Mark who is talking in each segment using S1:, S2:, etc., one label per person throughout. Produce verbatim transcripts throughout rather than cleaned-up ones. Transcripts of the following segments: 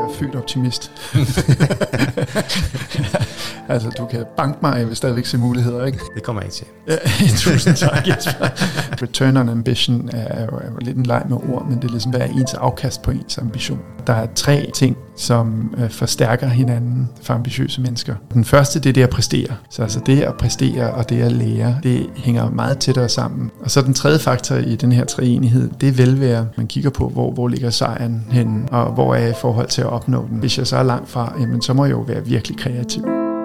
S1: er født optimist. Altså, du kan banke mig, jeg vil stadigvæk se muligheder, ikke?
S2: Det kommer jeg ikke til.
S1: Ja, tusind tak, Jesper. Return on ambition er jo, er jo lidt en leg med ord, men det er ligesom, hvad er ens afkast på ens ambition. Der er tre ting, som øh, forstærker hinanden for ambitiøse mennesker. Den første, det er det at præstere. Så altså det at præstere og det at lære, det hænger meget tættere sammen. Og så den tredje faktor i den her treenighed, det er velvære. Man kigger på, hvor, hvor ligger sejren henne, og hvor er jeg i forhold til at opnå den. Hvis jeg så er langt fra, jamen, så må jeg jo være virkelig kreativ.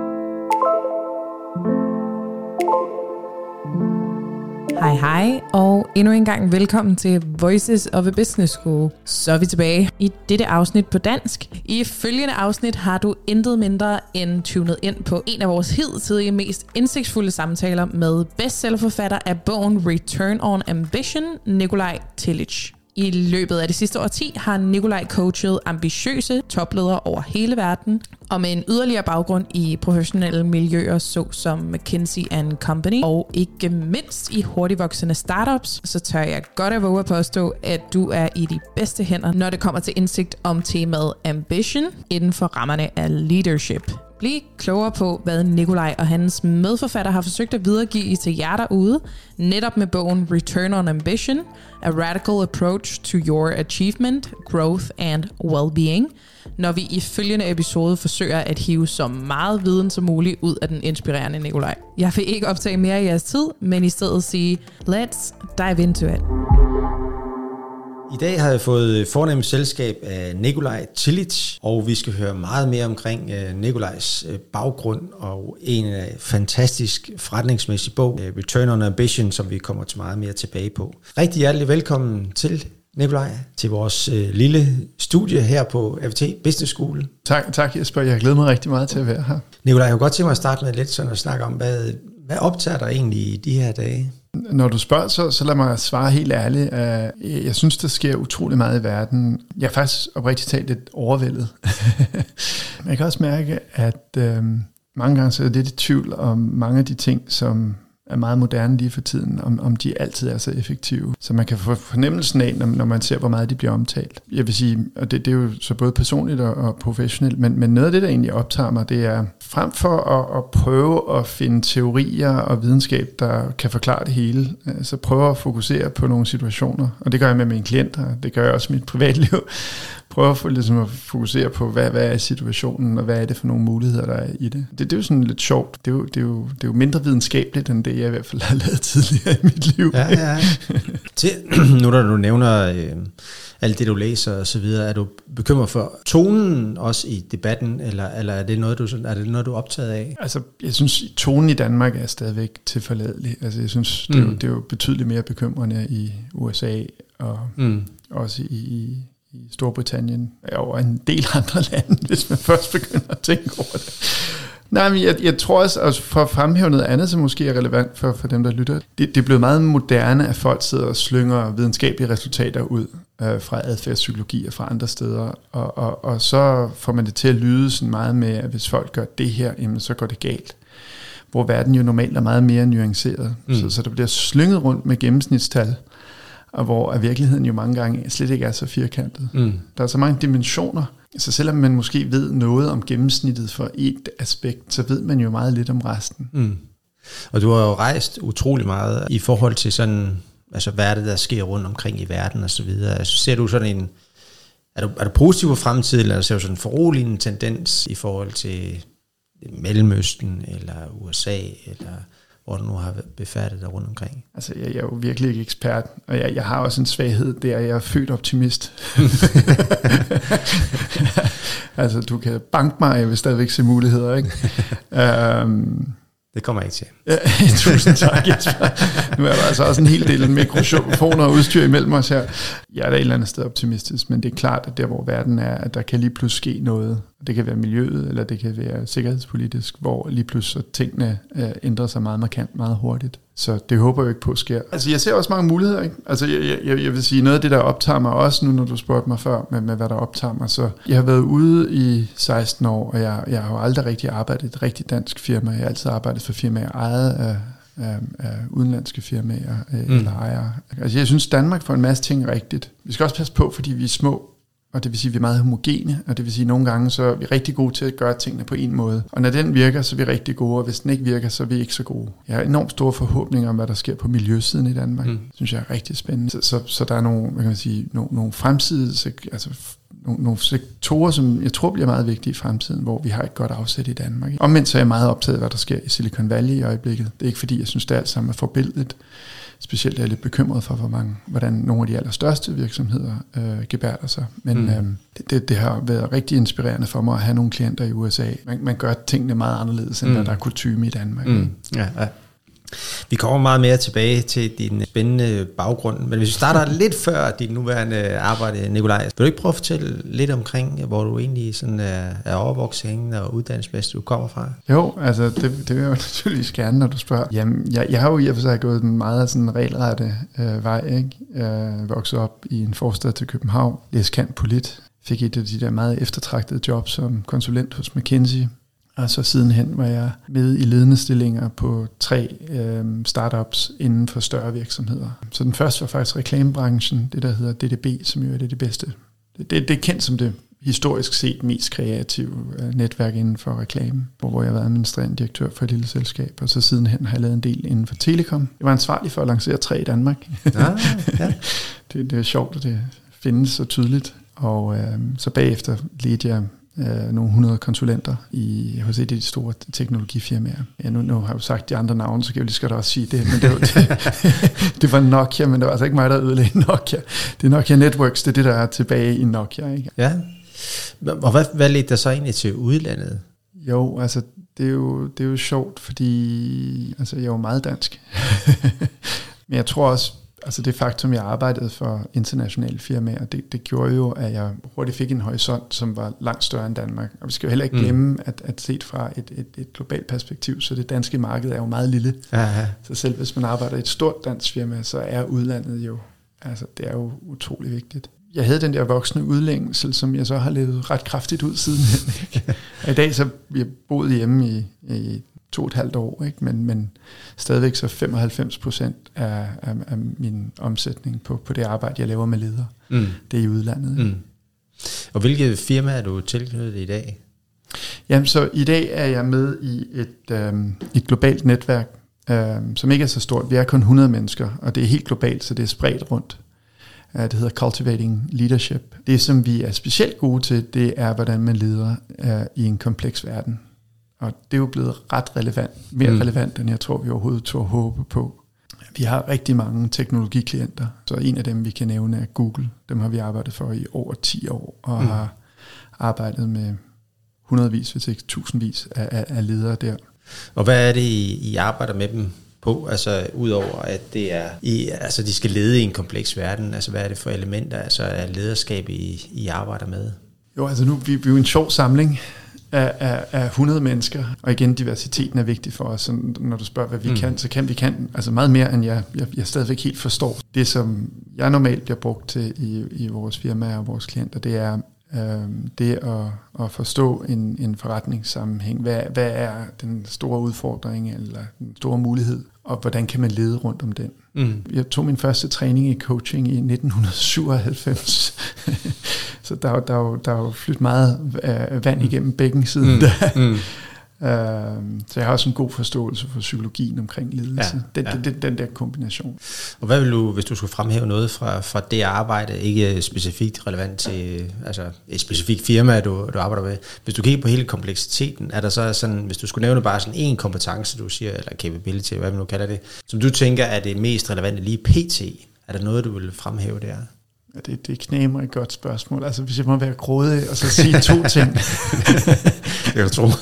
S3: Hej hej, og endnu en gang velkommen til Voices of a Business School. Så er vi tilbage i dette afsnit på dansk. I følgende afsnit har du intet mindre end tunet ind på en af vores hidtidige mest indsigtsfulde samtaler med bestsellerforfatter af bogen Return on Ambition, Nikolaj Tillich. I løbet af det sidste årti har Nikolaj coachet ambitiøse topledere over hele verden, og med en yderligere baggrund i professionelle miljøer såsom McKinsey and Company, og ikke mindst i hurtigvoksende startups, så tør jeg godt at våge at påstå, at du er i de bedste hænder, når det kommer til indsigt om temaet ambition inden for rammerne af leadership. Bliv klogere på, hvad Nikolaj og hans medforfatter har forsøgt at videregive til jer derude, netop med bogen Return on Ambition, A Radical Approach to Your Achievement, Growth and Wellbeing, når vi i følgende episode forsøger at hive så meget viden som muligt ud af den inspirerende Nikolaj. Jeg vil ikke optage mere af jeres tid, men i stedet sige, let's dive into it.
S2: I dag har jeg fået fornemt selskab af Nikolaj Tillich, og vi skal høre meget mere omkring Nikolajs baggrund og en fantastisk forretningsmæssig bog, Return on Ambition, som vi kommer til meget mere tilbage på. Rigtig hjertelig velkommen til Nikolaj, til vores lille studie her på A F T Business School.
S1: Tak, tak Jesper, jeg glæder mig rigtig meget til at være her.
S2: Nikolaj, jeg kunne godt tænke mig at starte med lidt sådan at snakke om, hvad, hvad optager dig egentlig i de her dage?
S1: Når du spørger, så, så lad mig svare helt ærligt. Jeg synes, der sker utrolig meget i verden. Jeg er faktisk oprigtigt talt lidt overvældet. Man kan også mærke, at øh, mange gange så er jeg lidt i tvivl om mange af de ting, som er meget moderne lige for tiden, om, om de altid er så effektive. Så man kan få fornemmelsen af, når, når man ser, hvor meget de bliver omtalt. Jeg vil sige, og det, det er jo så både personligt og, og professionelt, men, men noget af det, der egentlig optager mig, det er frem for at, at prøve at finde teorier og videnskab, der kan forklare det hele, så prøve at fokusere på nogle situationer. Og det gør jeg med mine klienter, det gør jeg også i mit privatliv. Prøve at, få, ligesom at fokusere på, hvad, hvad er situationen, og hvad er det for nogle muligheder, der er i det. Det, det er jo sådan lidt sjovt. Det er jo, det, er jo, det er jo mindre videnskabeligt, end det jeg i hvert fald har lavet tidligere i mit liv.
S2: Ja, ja. Til, nu når du nævner øh, alt det, du læser og så videre, er du bekymret for tonen også i debatten, eller, eller er, det noget, du, er det noget, du er optaget af?
S1: Altså, jeg synes, tonen i Danmark er stadigvæk tilforladelig. Altså, jeg synes, det er, mm. jo, det er jo betydeligt mere bekymrende i U S A, og mm. også i... i i Storbritannien og en del andre lande, hvis man først begynder at tænke over det. Nej, men jeg, jeg tror også, altså for at fremhæve noget andet, som måske er relevant for, for dem, der lytter, det, det er blevet meget moderne, at folk sidder og slynger videnskabelige resultater ud øh, fra adfærdspsykologi og fra andre steder, og, og, og så får man det til at lyde sådan meget med, at hvis folk gør det her, jamen, så går det galt. Hvor verden jo normalt er meget mere nuanceret, mm. så, så der bliver slynget rundt med gennemsnitstal, og hvor virkeligheden jo mange gange slet ikke er så firkantet. Mm. Der er så mange dimensioner, så selvom man måske ved noget om gennemsnittet for et aspekt, så ved man jo meget lidt om resten. Mm.
S2: Og du har jo rejst utrolig meget i forhold til sådan, altså hvad er det, der sker rundt omkring i verden og så videre. Altså ser du sådan en, er du, er du positiv på fremtiden, eller ser du sådan en foruroligende tendens i forhold til Mellemøsten, eller U S A, eller hvor du nu har befærdet dig rundt omkring?
S1: Altså, jeg, jeg er jo virkelig ikke ekspert, og jeg, jeg har også en svaghed, det er, at jeg er født optimist. Altså, du kan banke mig, jeg vil stadigvæk se muligheder, ikke? um,
S2: Det kommer jeg ikke til.
S1: Ja, tusind tak, Jesper. Nu er der altså også en hel del af mikrofoner og udstyr imellem os her. Jeg er da et eller andet sted optimistisk, men det er klart, at der hvor verden er, at der kan lige pludselig ske noget. Det kan være miljøet, eller det kan være sikkerhedspolitisk, hvor lige pludselig tingene øh, ændrer sig meget markant, meget hurtigt. Så det håber jeg ikke på sker. Altså jeg ser også mange muligheder, ikke? Altså jeg, jeg, jeg vil sige, noget af det, der optager mig også nu, når du spurgte mig før, med, med hvad der optager mig. Så jeg har været ude i seksten år, og jeg, jeg har jo aldrig rigtig arbejdet i et rigtig dansk firma. Jeg har altid arbejdet for firmaer ejet af, af, af udenlandske firmaer mm. eller ejere. Altså jeg synes, Danmark får en masse ting rigtigt. Vi skal også passe på, fordi vi er små. og det vil sige, at vi er meget homogene, og det vil sige, at nogle gange så er vi rigtig gode til at gøre tingene på en måde. Og når den virker, så er vi rigtig gode, og hvis den ikke virker, så er vi ikke så gode. Jeg har enormt store forhåbninger om, hvad der sker på miljøsiden i Danmark. Mm. Det synes jeg er rigtig spændende. Så, så, så der er nogle, hvad kan man sige, nogle, nogle fremtidige, altså nogle, nogle sektorer, som jeg tror bliver meget vigtige i fremtiden, hvor vi har et godt afsæt i Danmark. Omvendt så er jeg meget optaget af, hvad der sker i Silicon Valley i øjeblikket. Det er ikke fordi, jeg synes, det alt sammen er forbilledet. Specielt er jeg lidt bekymret for, hvor mange, hvordan nogle af de allerstørste virksomheder øh, gebærder sig. Men mm. øh, det, det har været rigtig inspirerende for mig at have nogle klienter i U S A. Man, man gør tingene meget anderledes, end mm. hvad der er kutyme i Danmark.
S2: Mm. Ja, ja. Vi kommer meget mere tilbage til din spændende baggrund, men hvis vi starter lidt før dit nuværende arbejde, Nikolaj, vil du ikke prøve at fortælle lidt omkring, hvor du egentlig sådan er, er overvokset og uddannelsesmæssigt du kommer fra?
S1: Jo, altså det, det vil jeg jo naturligvis gerne, når du spørger. Jamen, jeg, jeg har jo i og for sig gået den meget sådan regelrette øh, vej, ikke? Øh, vokset op i en forstad til København, læste cand. Polit, fik et af de der meget eftertragtede jobs som konsulent hos McKinsey. Og så sidenhen var jeg med i ledende stillinger på tre øh, startups inden for større virksomheder. Så den første var faktisk reklamebranchen, det der hedder D D B, som jo er det, det bedste. Det, det, det er kendt som det historisk set mest kreative øh, netværk inden for reklame, hvor jeg har været administrerende direktør for et lille selskab, og så sidenhen har jeg lavet en del inden for Telekom. Jeg var ansvarlig for at lancere tre i Danmark. Ah, ja. det, det er sjovt, at det findes så tydeligt. Og øh, så bagefter ledte jeg Uh, nogle hundrede konsulenter i, hos et af de store teknologifirmaer. Ja, nu, nu har jeg jo sagt de andre navne, så kan jeg lige skal da også sige det, men det var, det, det var Nokia, men det var altså ikke mig, der ødelagde Nokia. Det er Nokia Networks, det er det, der er tilbage i Nokia. Ikke?
S2: Ja, og hvad, hvad ledte der så egentlig til udlandet?
S1: Jo, altså det er jo, det er jo sjovt, fordi altså, jeg er jo meget dansk. Men jeg tror også, altså det faktum, jeg arbejdede for internationale firmaer, det, det gjorde jo, at jeg hurtigt fik en horisont, som var langt større end Danmark. Og vi skal jo heller ikke glemme, mm. at, at set fra et, et, et globalt perspektiv, så det danske marked er jo meget lille. Aha. Så selv hvis man arbejder i et stort dansk firma, så er udlandet jo, altså det er jo utrolig vigtigt. Jeg havde den der voksne udlængsel, som jeg så har levet ret kraftigt ud siden. I dag så jeg boet hjemme i, i to og et halvt år, ikke? Men, men stadigvæk så femoghalvfems procent af, af, af min omsætning på, på det arbejde, jeg laver med ledere, mm. det er i udlandet. Mm.
S2: Og hvilke firma er du tilknyttet i dag?
S1: Jamen så i dag er jeg med i et, øhm, et globalt netværk, øhm, som ikke er så stort. Vi er kun hundrede mennesker, og det er helt globalt, så det er spredt rundt. Uh, det hedder Cultivating Leadership. Det, som vi er specielt gode til, det er, hvordan man leder uh, i en kompleks verden. Og det er jo blevet ret relevant, mere mm. relevant, end jeg tror, vi overhovedet tog håbe på. Vi har rigtig mange teknologiklienter, så en af dem, vi kan nævne, er Google. Dem har vi arbejdet for i over ti år, og mm. har arbejdet med hundredvis, hvis ikke tusindvis af, af, af ledere der.
S2: Og hvad er det, I, I arbejder med dem på? Altså udover at det er, I, altså de skal lede i en kompleks verden, altså hvad er det for elementer altså af lederskab, I, I arbejder med?
S1: Jo, altså nu vi, vi er jo en sjov samling af, af, af hundrede mennesker, og igen, diversiteten er vigtig for os. Så når du spørger, hvad vi mm. kan, så kan vi kan altså meget mere, end jeg, jeg, jeg stadigvæk helt forstår. Det, som jeg normalt bliver brugt til i, i vores firmaer og vores klienter, det er øh, det at, at forstå en, en forretningssammenhæng. Hvad, hvad er den store udfordring, eller den store mulighed, og hvordan kan man lede rundt om den? Mm. Jeg tog min første træning i coaching i nitten syvoghalvfems, så der er der er der er jo flyttet meget øh, vand igennem bækken siden mm. da. Mm. Uh, så jeg har også en god forståelse for psykologien omkring ledelse. Ja, den, ja. Den, den der kombination.
S2: Og hvad vil du, hvis du skulle fremhæve noget fra, fra det arbejde, ikke specifikt relevant til altså et specifikt firma, du, du arbejder med. Hvis du kigger på hele kompleksiteten, er der så sådan, hvis du skulle nævne bare sådan en kompetence, du siger, eller capability, hvad vi nu kalder det, som du tænker er det mest relevante lige pt. Er der noget, du vil fremhæve der?
S1: Ja, det, det knæmer et godt spørgsmål. Altså, hvis jeg må være grådig og så sige to ting.
S2: Det kan du tro.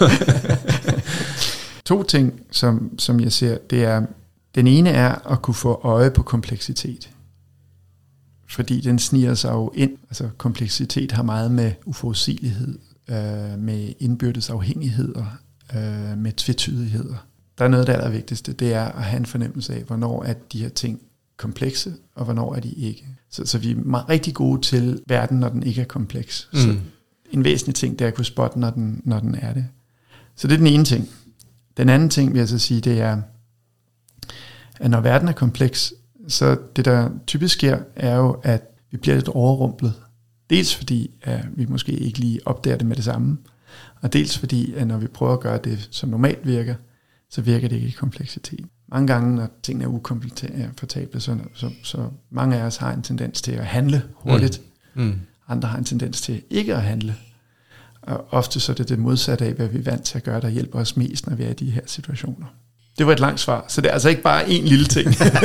S1: To ting, som, som jeg ser, det er, den ene er at kunne få øje på kompleksitet. Fordi den sniger sig jo ind. Altså, kompleksitet har meget med uforudsigelighed, øh, med indbyrdes afhængigheder, øh, med tvetydigheder. Der er noget, der er det vigtigste, det er at have en fornemmelse af, hvornår er de her ting komplekse, og hvornår er de ikke. Så, så vi er meget, rigtig gode til verden, når den ikke er kompleks. Mm. Så en væsentlig ting, det er at kunne spotte, når den, når den er det. Så det er den ene ting. Den anden ting, vil jeg så sige, det er, at når verden er kompleks, så det, der typisk sker, er jo, at vi bliver lidt overrumplet Dels fordi, at vi måske ikke lige opdager det med det samme, og dels fordi, at når vi prøver at gøre det, som normalt virker, så virker det ikke i kompleksitet. Mange gange, når tingene er ukomfortable, så, så, så mange af os har en tendens til at handle hurtigt. Mm. Mm. Andre har en tendens til ikke at handle. Og ofte så er det det modsatte af, hvad vi er vant til at gøre, der hjælper os mest, når vi er i de her situationer. Det var et langt svar, så det er altså ikke bare én lille ting.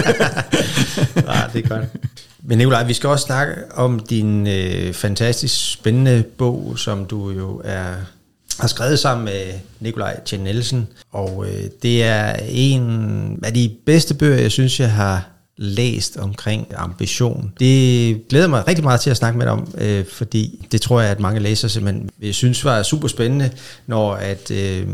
S2: Nej, det er godt. Men Nikolaj, vi skal også snakke om din øh, fantastisk spændende bog, som du jo er, har skrevet sammen med Nikolaj Tjern Nielsen. Og øh, det er en af de bedste bøger, jeg synes, jeg har læst omkring ambition. Det glæder mig rigtig meget til at snakke med dig om, øh, fordi det tror jeg, at mange læsere simpelthen vil synes var super spændende, når at øh,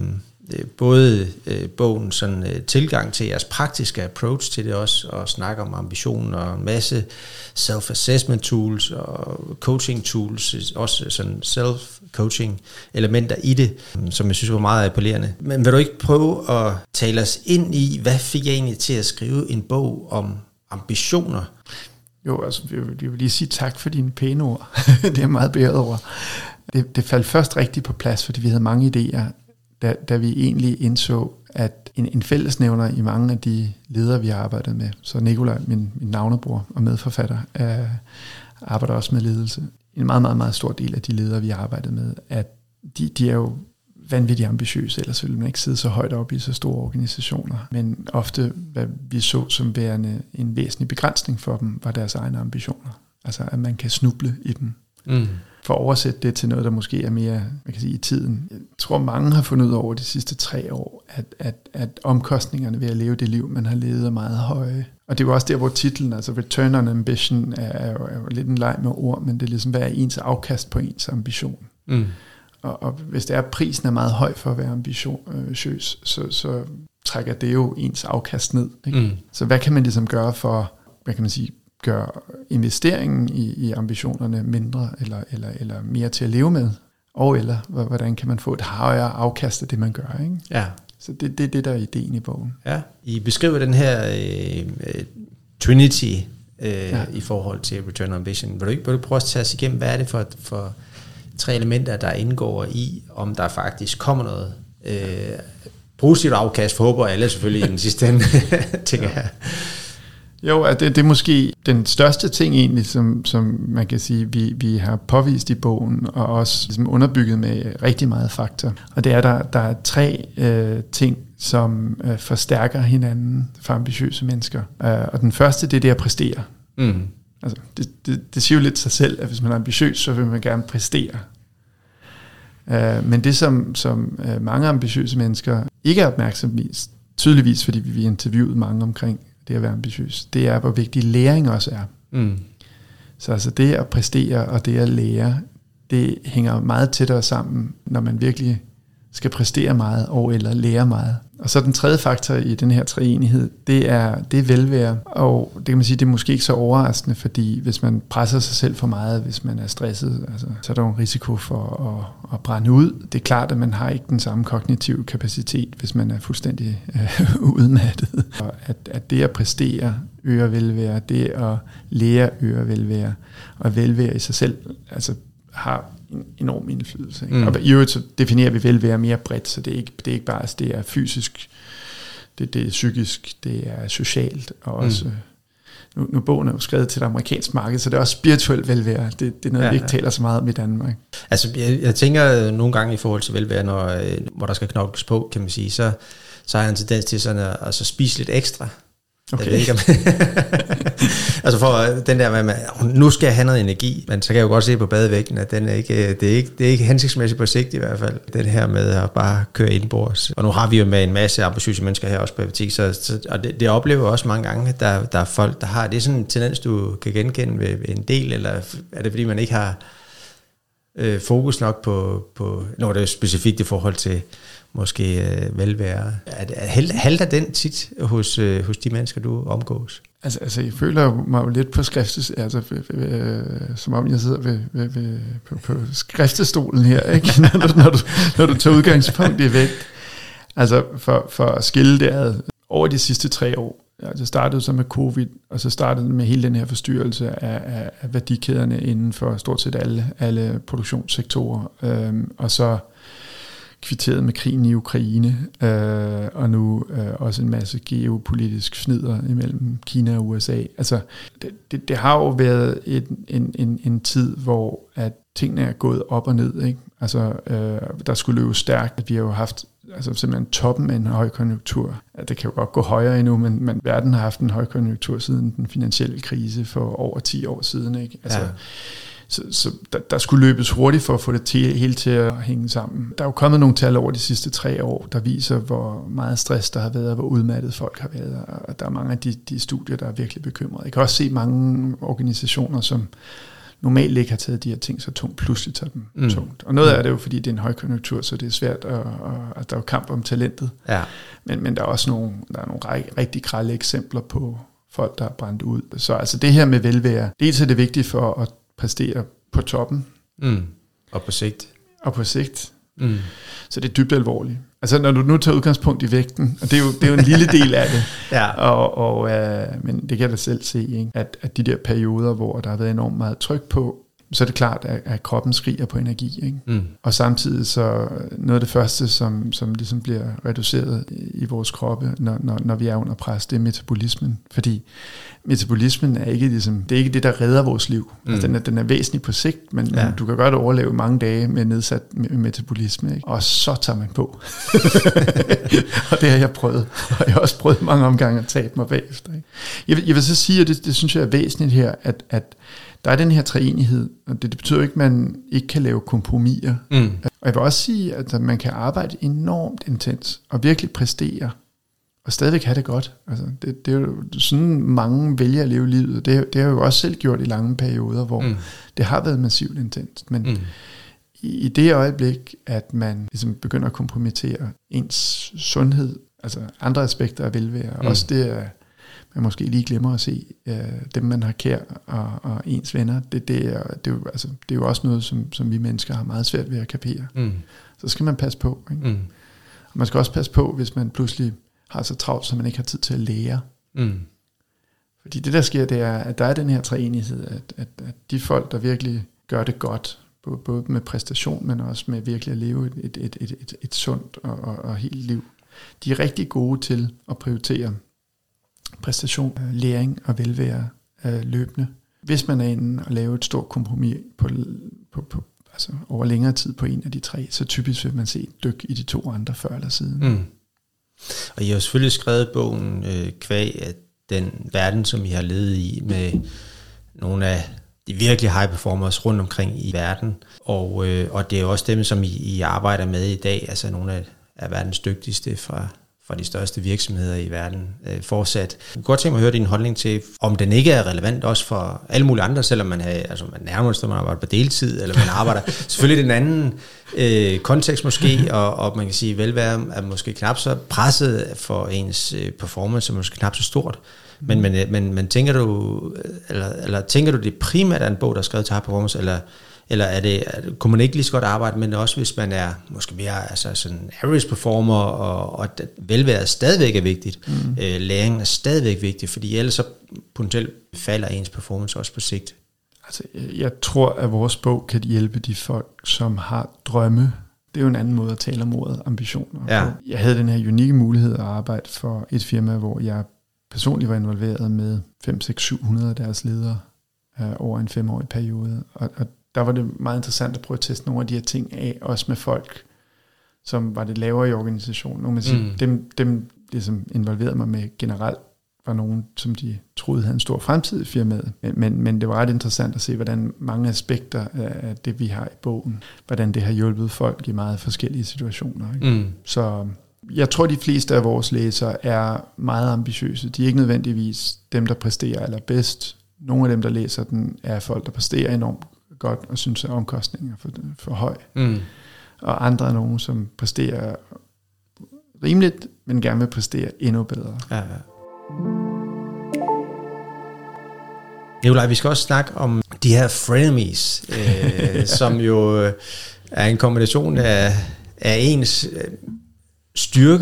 S2: både øh, bogen sådan øh, tilgang til jeres praktiske approach til det også, og snakke om ambition og en masse self-assessment tools og coaching tools, også sådan self-coaching elementer i det, som jeg synes var meget appellerende. Men vil du ikke prøve at tale os ind i, hvad fik jeg egentlig til at skrive en bog om ambitioner?
S1: Jo, altså, jeg vil, jeg vil lige sige tak for dine pæne ord. Det er meget beæret over. Det, det faldt først rigtigt på plads, fordi vi havde mange idéer, da, da vi egentlig indså, at en, en fællesnævner i mange af de ledere, vi har arbejdet med, så Nikolaj, min, min navnebror og medforfatter, øh, arbejder også med ledelse. En meget, meget, meget stor del af de ledere, vi har arbejdet med, at de, de er jo vanvittigt ambitiøse, ellers ville man ikke sidde så højt op i så store organisationer. Men ofte, hvad vi så som værende en væsentlig begrænsning for dem, var deres egne ambitioner. Altså, at man kan snuble i dem. Mm. For at oversætte det til noget, der måske er mere, man kan sige, i tiden. Jeg tror, mange har fundet ud over de sidste tre år, at, at, at omkostningerne ved at leve det liv, man har levet, er meget høje. Og det er jo også der, hvor titlen, altså Return on Ambition, er, er, jo, er jo lidt en leg med ord, men det er ligesom, hvad er ens afkast på ens ambition? Mm. Og, og hvis det er, at prisen er meget høj for at være ambitiøs, så, så trækker det jo ens afkast ned. Ikke? Mm. Så hvad kan man ligesom gøre for, hvad kan man sige, gøre investeringen i, i ambitionerne mindre, eller, eller, eller mere til at leve med, og eller hvordan kan man få et højere afkast af det, man gør. Ikke? Ja. Så det er det, det, der er ideen i bogen.
S2: Ja. I beskriver den her øh, Trinity øh, ja. i forhold til Return on Ambition. Vil du ikke vil du prøve at tage os igennem, hvad er det for, for tre elementer, der indgår i, om der faktisk kommer noget øh, positivt afkast, for håber alle selvfølgelig i den sidste ende, tænker jeg.
S1: Jo, det, det er måske den største ting egentlig, som, som man kan sige, vi, vi har påvist i bogen, og også ligesom underbygget med rigtig meget fakta. Og det er, der, der er tre øh, ting, som øh, forstærker hinanden for ambitiøse mennesker. Øh, og den første, det er det at præstere. Mm. Altså, det, det, det siger jo lidt sig selv, at hvis man er ambitiøs, så vil man gerne præstere. Uh, men det, som, som uh, mange ambitiøse mennesker ikke er opmærksomme i, tydeligvis fordi vi har interviewet mange omkring det at være ambitiøs, det er, hvor vigtig læring også er. Mm. Så altså det at præstere og det at lære, det hænger meget tættere sammen, når man virkelig skal præstere meget og eller lære meget. Og så den tredje faktor i den her treenighed, det er, det er velvære. Og det kan man sige, det er måske ikke så overraskende, fordi hvis man presser sig selv for meget, hvis man er stresset, altså, så er der jo en risiko for at, at brænde ud. Det er klart, at man har ikke den samme kognitive kapacitet, hvis man er fuldstændig øh, udmattet. Og at, at det at præstere øger velvære, det at lære øger velvære, og velvære i sig selv, altså har en enorm indflydelse. Mm. Og i øvrigt så definerer vi velvære mere bredt, så det er ikke, det er ikke bare, altså det er fysisk, det, det er psykisk, det er socialt, og også, mm. nu, nu bogen er jo skrevet til det amerikanske marked, så det er også spirituelt velvære. Det, det er noget, ja, vi ikke ja. taler så meget om i Danmark.
S2: Altså, jeg, jeg tænker nogle gange i forhold til velvære, når, hvor der skal knokles på, kan man sige, så, så har jeg en tendens til sådan at altså, spise lidt ekstra. Okay. Jeg ved ikke, om altså for den der med, nu skal jeg have noget energi, men så kan jeg jo godt se på badevægten, at den er ikke, det, er ikke, det er ikke hensigtsmæssigt på sigt i hvert fald, den her med at bare køre indbords. Og nu har vi jo med en masse ambitiøse mennesker her også på butik, så, så, og det, det oplever også mange gange, at der, der er folk, der har, det er sådan en tendens, du kan genkende ved, ved en del, eller er det fordi, man ikke har øh, fokus nok på, på, når det er specifikt i forhold til måske øh, velvære. Halter den tit hos, øh, hos de mennesker, du omgås?
S1: Altså, altså jeg føler mig jo lidt på skriftes, altså, øh, som om jeg sidder ved, ved, ved, på, på skriftestolen her, ikke? når, du, når, du, når du tager udgangspunkt i vægt. Altså for, for at skille det ad, over de sidste tre år, ja, det startede så med covid, og så startede det med hele den her forstyrrelse af, af, af værdikæderne inden for stort set alle, alle produktionssektorer, øhm, og så kvitteret med krigen i Ukraine, øh, og nu øh, også en masse geopolitisk fnider imellem Kina og U S A. Altså, det, det, det har jo været en, en, en, en tid, hvor at tingene er gået op og ned, ikke? Altså, øh, der skulle løbe stærkt, at vi har jo haft altså simpelthen toppen af en højkonjunktur. Ja, det kan jo godt gå højere endnu, men, men verden har haft en højkonjunktur siden den finansielle krise for over ti år siden, ikke? Altså, ja. Så, så der, der skulle løbes hurtigt for at få det til, hele til at hænge sammen. Der er jo kommet nogle tal over de sidste tre år, der viser, hvor meget stress der har været, og hvor udmattet folk har været. Og der er mange af de, de studier, der er virkelig bekymrede. Jeg kan også se mange organisationer, som normalt ikke har taget de her ting så tungt, pludselig tager dem mm. tungt. Og noget af det er jo, fordi det er en højkonjunktur, så det er svært, og, og, og der er jo kamp om talentet. Ja. Men, men der er også nogle, der er nogle rigtig grelle eksempler på folk, der er brændt ud. Så altså det her med velvære, dels er det vigtigt for at præstere på toppen.
S2: Mm. Og på sigt.
S1: Og på sigt. Mm. Så det er dybt alvorligt. Altså når du nu tager udgangspunkt i vægten, og det er jo, det er jo en lille del af det, ja. og, og, øh, men det kan jeg da selv se, ikke? At, at de der perioder, hvor der har været enormt meget tryk på, så er det klart, at, at kroppen skriger på energi. Ikke? Mm. Og samtidig så noget af det første, som, som ligesom bliver reduceret i vores kroppe, når, når, når vi er under pres, det er metabolismen. Fordi metabolismen er ikke, ligesom, det er ikke det, der redder vores liv. Mm. Altså, den, er, den er væsentlig på sigt, men, ja. men du kan godt overleve mange dage med nedsat metabolisme. Ikke? Og så tager man på. Og det har jeg prøvet. Og jeg har også prøvet mange omgange at tabe mig bagefter. Ikke? Jeg, vil, jeg vil så sige, og det, det synes jeg er væsentligt her, at, at der er den her treenighed, og det, det betyder ikke, at man ikke kan lave kompromiser. Mm. Og jeg vil også sige, at man kan arbejde enormt intens og virkelig præstere, og stadigvæk have det godt. Altså, det, det er jo sådan, mange vælger at leve livet. Det, det har jeg jo også selv gjort i lange perioder, hvor mm. det har været massivt intenst. Men mm. i, i det øjeblik, at man ligesom begynder at kompromittere ens sundhed, altså andre aspekter af velvære, mm. også det er man måske lige glemmer at se øh, dem, man har kær og, og ens venner. Det, det, er, det, er jo, altså, det er jo også noget, som, som vi mennesker har meget svært ved at kapere. Mm. Så skal man passe på. Ikke? Mm. Og man skal også passe på, hvis man pludselig har så travlt, så man ikke har tid til at lære. Mm. Fordi det, der sker, det er, at der er den her treenighed, at, at, at de folk, der virkelig gør det godt, både med præstation, men også med virkelig at leve et, et, et, et, et, et sundt og, og, og helt liv, de er rigtig gode til at prioritere præstation, læring og velvære øh, løbende. Hvis man er inde og laver et stort kompromis på, på, på, altså over længere tid på en af de tre, så typisk vil man se et dyk i de to andre før eller siden. Mm.
S2: Og I har selvfølgelig skrevet bogen øh, kvæg af den verden, som I har levet i, med nogle af de virkelig high performers rundt omkring i verden. Og, øh, og det er jo også dem, som I, I arbejder med i dag, altså nogle af, af verdens dygtigste fra fra de største virksomheder i verden øh, fortsat. Jeg kunne godt tænke mig at høre din holdning til, om den ikke er relevant også for alle mulige andre, selvom man, har, altså man nærmest, man arbejder på deltid, eller man arbejder selvfølgelig den anden øh, kontekst måske, og, og man kan sige, velvære er måske knap så presset for ens øh, performance, er måske knap så stort. Men, men, men, men tænker du, eller, eller tænker du det primært er en bog, der er skrevet til high performance, eller Eller er det, kunne man ikke lige så godt arbejde, men også hvis man er måske mere altså sådan average performer, og, og velvære stadigvæk er vigtigt. Mm. Øh, læringen er stadigvæk vigtig, fordi ellers så potentielt falder ens performance også på sigt.
S1: Altså, jeg tror, at vores bog kan hjælpe de folk, som har drømme. Det er jo en anden måde at tale om ordet ambitioner. Ja. Jeg havde den her unikke mulighed at arbejde for et firma, hvor jeg personligt var involveret med fem, seks, syv hundrede af deres ledere øh, over en femårig periode. Og, og der var det meget interessant at prøve at teste nogle af de her ting af, også med folk, som var det lavere i organisationen. Nogle, man siger, mm. Dem, dem ligesom involverede mig med generelt, var nogen, som de troede havde en stor fremtid i firmaet. Men, men, men det var ret interessant at se, hvordan mange aspekter af det, vi har i bogen, hvordan det har hjulpet folk i meget forskellige situationer. Ikke? Mm. Så jeg tror, de fleste af vores læsere er meget ambitiøse. De er ikke nødvendigvis dem, der præsterer allerbedst. Nogle af dem, der læser den, er folk, der præsterer enormt godt og synes, at omkostninger er for, for høj. Mm. Og andre er nogen, som præsterer rimeligt, men gerne vil præstere endnu bedre. Ja, ja.
S2: Nikolaj, vi skal også snakke om de her frenemies, øh, som jo er en kombination af, af ens styrker,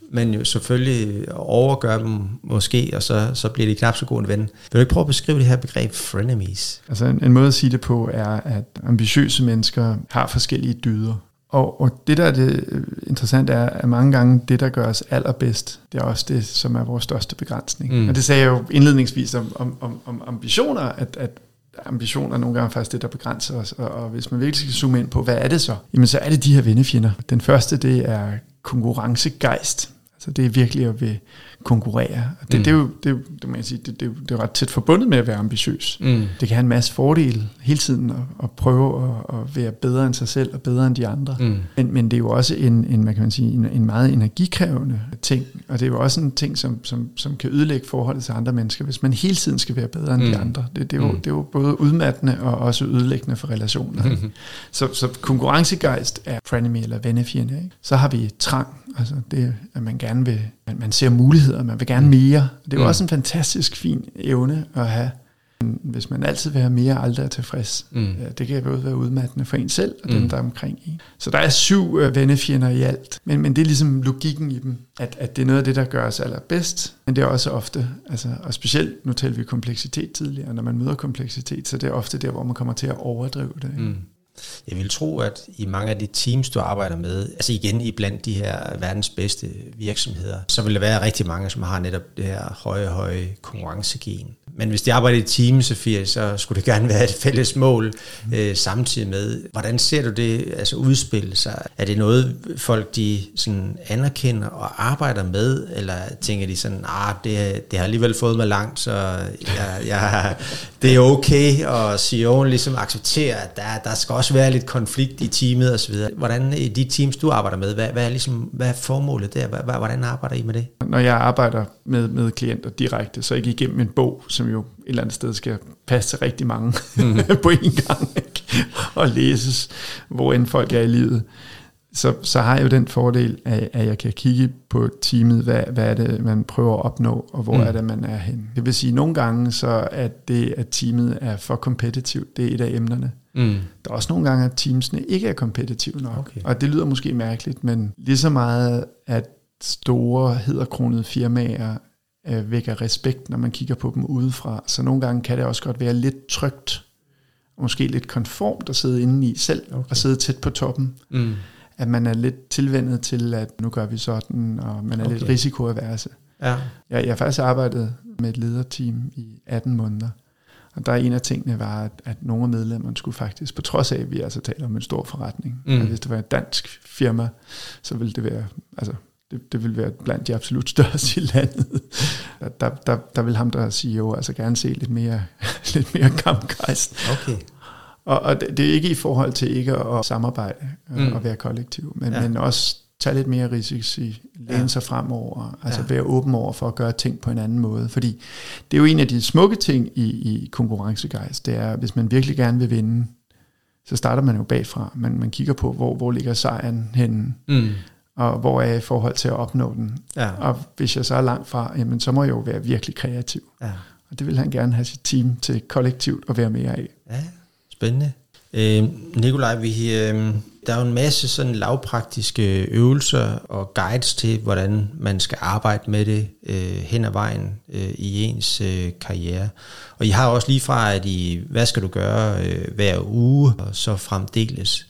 S2: men jo selvfølgelig overgør dem måske, og så, så bliver de knap så gode en ven. Vil du ikke prøve at beskrive det her begreb frenemies?
S1: Altså en, en måde at sige det på er, at ambitiøse mennesker har forskellige dyder. Og, og det, der er det interessante, er, at mange gange det, der gør os allerbedst, det er også det, som er vores største begrænsning. Mm. Og det sagde jeg jo indledningsvis om, om, om, om ambitioner, at, at ambitioner er nogle gange faktisk det, der begrænser os. Og, og hvis man virkelig skal zoome ind på, hvad er det så? Jamen så er det de her vennefjender. Den første, det er konkurrencegejst. Altså det er virkelig at vil konkurrere. Og det, mm. det, er jo, det, er jo, det, må jeg sige, det, det, er jo, det er jo ret tæt forbundet med at være ambitiøs. Mm. Det kan have en masse fordele hele tiden at, at prøve at, at være bedre end sig selv og bedre end de andre. Mm. Men, men det er jo også en, en, man kan sige, en, en meget energikrævende ting. Og det er jo også en ting, som, som, som kan ødelægge forholdet til andre mennesker, hvis man hele tiden skal være bedre end mm. de andre. Det, det, er jo, mm. det er jo både udmattende og også ødelæggende for relationer. Mm. Så, så konkurrencegejst er frenemy eller vennefjende. Ikke? Så har vi trang. Altså det, at man gerne vil, man ser muligheder, man vil gerne mere. Det er jo mm. også en fantastisk fin evne at have. Hvis man altid vil have mere, aldrig er tilfreds. Mm. Ja, det kan både være udmattende for en selv og mm. dem, der er omkring i. Så der er syv øh, vennefjender i alt. Men, men det er ligesom logikken i dem, at, at det er noget af det, der gør os allerbedst. Men det er også ofte, altså, og specielt, nu talte vi kompleksitet tidligere, når man møder kompleksitet, så det er ofte der, hvor man kommer til at overdrive det. Mm.
S2: Jeg vil tro, at i mange af de teams, du arbejder med, altså igen i blandt de her verdens bedste virksomheder, så vil der være rigtig mange, som har netop det her høje, høje konkurrencegen. Men hvis de arbejder i team, Sofie, så skulle det gerne være et fælles mål mm. øh, samtidig med. Hvordan ser du det altså udspille sig? Er det noget, folk de sådan anerkender og arbejder med, eller tænker de sådan, ah, det, det har alligevel fået mig langt, så jeg, jeg, det er okay, og C E O'en ligesom accepterer, at der, der skal også være lidt konflikt i teamet osv. Hvordan i de teams, du arbejder med, hvad, hvad, er, ligesom, hvad er formålet der? Hvordan arbejder I med det?
S1: Når jeg arbejder med, med klienter direkte, så ikke igennem en bog, som jo et eller andet sted skal passe til rigtig mange mm. på en gang, ikke? Og læses, hvor end folk er i livet, så, så har jeg jo den fordel, at, at jeg kan kigge på teamet, hvad, hvad er det, man prøver at opnå, og hvor mm. er det, man er hen. Det vil sige, nogle gange, så at det, at teamet er for kompetitivt, det er et af emnerne. Mm. Der er også nogle gange, at teamsene ikke er kompetitive nok, okay. Og det lyder måske mærkeligt, men lige så meget, at store, hæderkronede firmaer øh, vækker respekt, når man kigger på dem udefra. Så nogle gange kan det også godt være lidt trygt, og måske lidt konformt at sidde inde i selv, okay. Og sidde tæt på toppen. Mm. At man er lidt tilvænnet til, at nu gør vi sådan, og man er okay. lidt risikoaverse. Ja. Jeg, jeg har faktisk arbejdet med et lederteam i atten måneder, og der er en af tingene var, at, at nogle af medlemmerne skulle faktisk, på trods af, at vi altså taler om en stor forretning, mm. hvis det var et dansk firma, så ville det være, altså det, det ville være blandt de absolut største i landet. Der, der, der vil ham, der er C E O, altså gerne se lidt mere, lidt mere kampgejst. Okay. Og, og det, det er ikke i forhold til ikke at samarbejde mm. og være kollektiv, men, ja. men også tage lidt mere risici, læne ja. sig fremover, altså ja. være åben over for at gøre ting på en anden måde. Fordi det er jo en af de smukke ting i, i konkurrencegejst, det er, hvis man virkelig gerne vil vinde, så starter man jo bagfra. Man, man kigger på, hvor, hvor ligger sejren henne, mm. og hvor er jeg i forhold til at opnå den. Ja. Og hvis jeg så er langt fra, jamen, så må jeg jo være virkelig kreativ. Ja. Og det vil han gerne have sit team til kollektivt at være mere af.
S2: Ja, spændende. Øh, Nikolaj, vi, øh, der er jo en masse sådan lavpraktiske øvelser og guides til, hvordan man skal arbejde med det øh, hen ad vejen øh, i ens øh, karriere. Og I har også lige fra, at I, hvad skal du gøre øh, hver uge, og så fremdeles.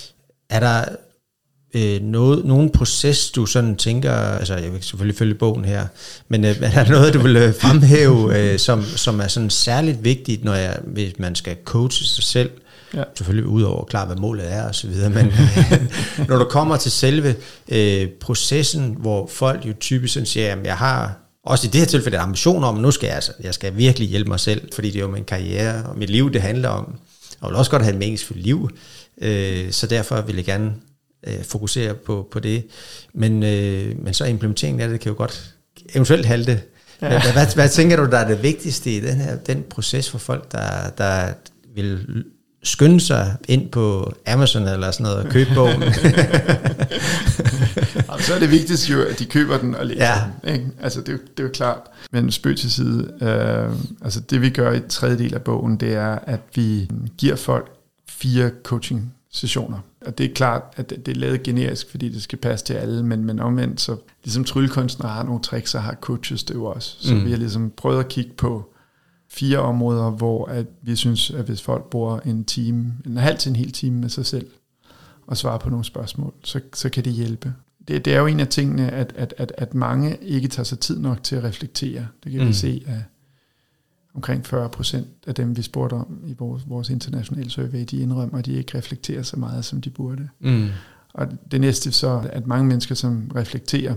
S2: Er der øh, noget, nogen proces, du sådan tænker, altså jeg vil selvfølgelig følge bogen her, men øh, er der noget, du vil fremhæve, øh, som, som er sådan særligt vigtigt, når jeg, hvis man skal coache sig selv? Ja. Selvfølgelig udover klar, hvad målet er og så videre, men når du kommer til selve øh, processen, hvor folk jo typisk sådan siger, at jeg har også i det her tilfælde ambitioner om, at nu skal jeg, altså, jeg skal virkelig hjælpe mig selv, fordi det er jo min karriere og mit liv, det handler om, og vil også godt have et meningsfuldt liv, øh, så derfor vil jeg gerne øh, fokusere på, på det, men, øh, men så implementeringen af det kan jo godt eventuelt halte. Ja. Hvad, hvad, hvad tænker du, der er det vigtigste i den her den proces for folk, der, der vil skynde sig ind på Amazon eller sådan noget og købe bogen?
S1: Så er det vigtigste jo, at de køber den og læser ja. den. Ikke? Altså det er, jo, det er jo klart. Men spøg til side. Øh, altså det vi gør i tredje del af bogen, det er, at vi giver folk fire coaching sessioner. Og det er klart, at det er lavet generisk, fordi det skal passe til alle, men, men omvendt, så ligesom tryllekunstnere har nogle tricks, så har coaches det jo også. Så mm. vi har ligesom prøvet at kigge på fire områder, hvor at vi synes, at hvis folk bruger en time, en halv til en hel time med sig selv, og svarer på nogle spørgsmål, så, så kan det hjælpe. Det, det er jo en af tingene, at, at, at, at mange ikke tager sig tid nok til at reflektere. Det kan mm. vi se af omkring fyrre procent af dem, vi spurgte om i vores, vores internationale survey, de indrømmer, at de ikke reflekterer så meget, som de burde. Mm. Og det næste så, at mange mennesker, som reflekterer,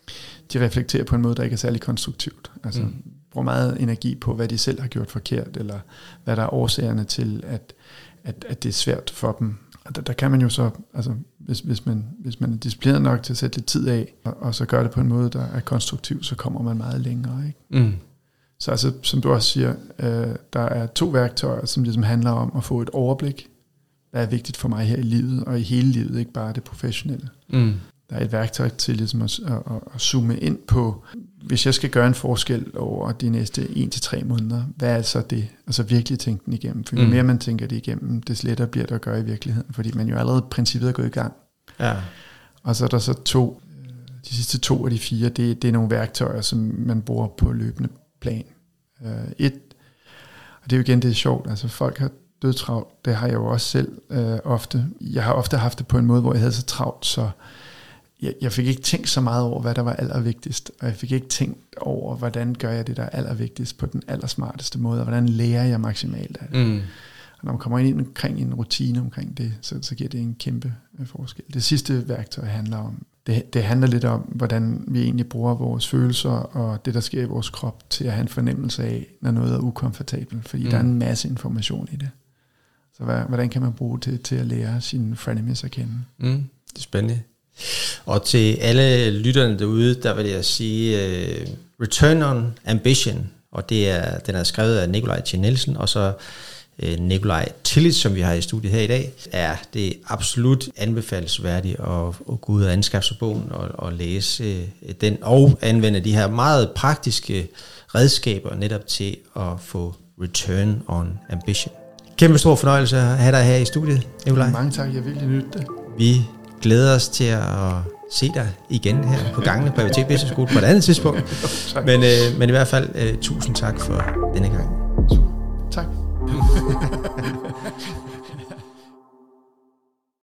S1: de reflekterer på en måde, der ikke er særlig konstruktivt. Altså mm. bruger meget energi på, hvad de selv har gjort forkert, eller hvad der er årsagerne til, at, at, at det er svært for dem. Og der, der kan man jo så, altså hvis, hvis, man, hvis man er disciplineret nok til at sætte lidt tid af, og, og så gør det på en måde, der er konstruktiv, så kommer man meget længere, ikke? Mm. Så altså, som du også siger, øh, der er to værktøjer, som ligesom handler om at få et overblik, hvad er vigtigt for mig her i livet, og i hele livet, ikke bare det professionelle. Mm. Der er et værktøj til ligesom at, at, at zoome ind på, hvis jeg skal gøre en forskel over de næste en til tre måneder, hvad er så det? Altså virkelig tænke den igennem. For jo mm. mere man tænker det igennem, des lettere bliver det at gøre i virkeligheden, fordi man jo allerede i princippet er gået i gang. Ja. Og så er der så to, de sidste to af de fire, det, det er nogle værktøjer, som man bruger på løbende plan. Uh, et, og det er jo igen, det er sjovt, altså folk har dødtravlt, det har jeg jo også selv uh, ofte. Jeg har ofte haft det på en måde, hvor jeg havde så travlt, så jeg, jeg fik ikke tænkt så meget over, hvad der var allervigtigst, og jeg fik ikke tænkt over, hvordan gør jeg det, der er allervigtigst på den allersmarteste måde, og hvordan lærer jeg maksimalt af det. Mm. Og når man kommer ind omkring en rutine omkring det, så, så giver det en kæmpe uh, forskel. Det sidste værktøj handler om, Det, det handler lidt om, hvordan vi egentlig bruger vores følelser og det, der sker i vores krop, til at have en fornemmelse af, når noget er ukomfortabelt. Fordi mm. der er en masse information i det. Så hvad, hvordan kan man bruge det til at lære sine frenemies at kende?
S2: Mm. Det er spændende. Og til alle lytterne derude, der vil jeg sige uh, Return on Ambition. Og det er, den er skrevet af Nikolaj T. Nielsen, og så Nikolaj Tillich, som vi har i studiet her i dag, er det absolut anbefalesværdigt at, at gå ud og anskaffe sig bogen og, og læse den, og anvende de her meget praktiske redskaber netop til at få Return on Ambition. Kæmpe stor fornøjelse at have dig her i studiet, Nikolaj.
S1: Mange tak, jeg virkelig nydt det.
S2: Vi glæder os til at se dig igen her på gangene på A V T Business School på et andet tidspunkt. men, øh, men i hvert fald uh, tusind tak for denne gang.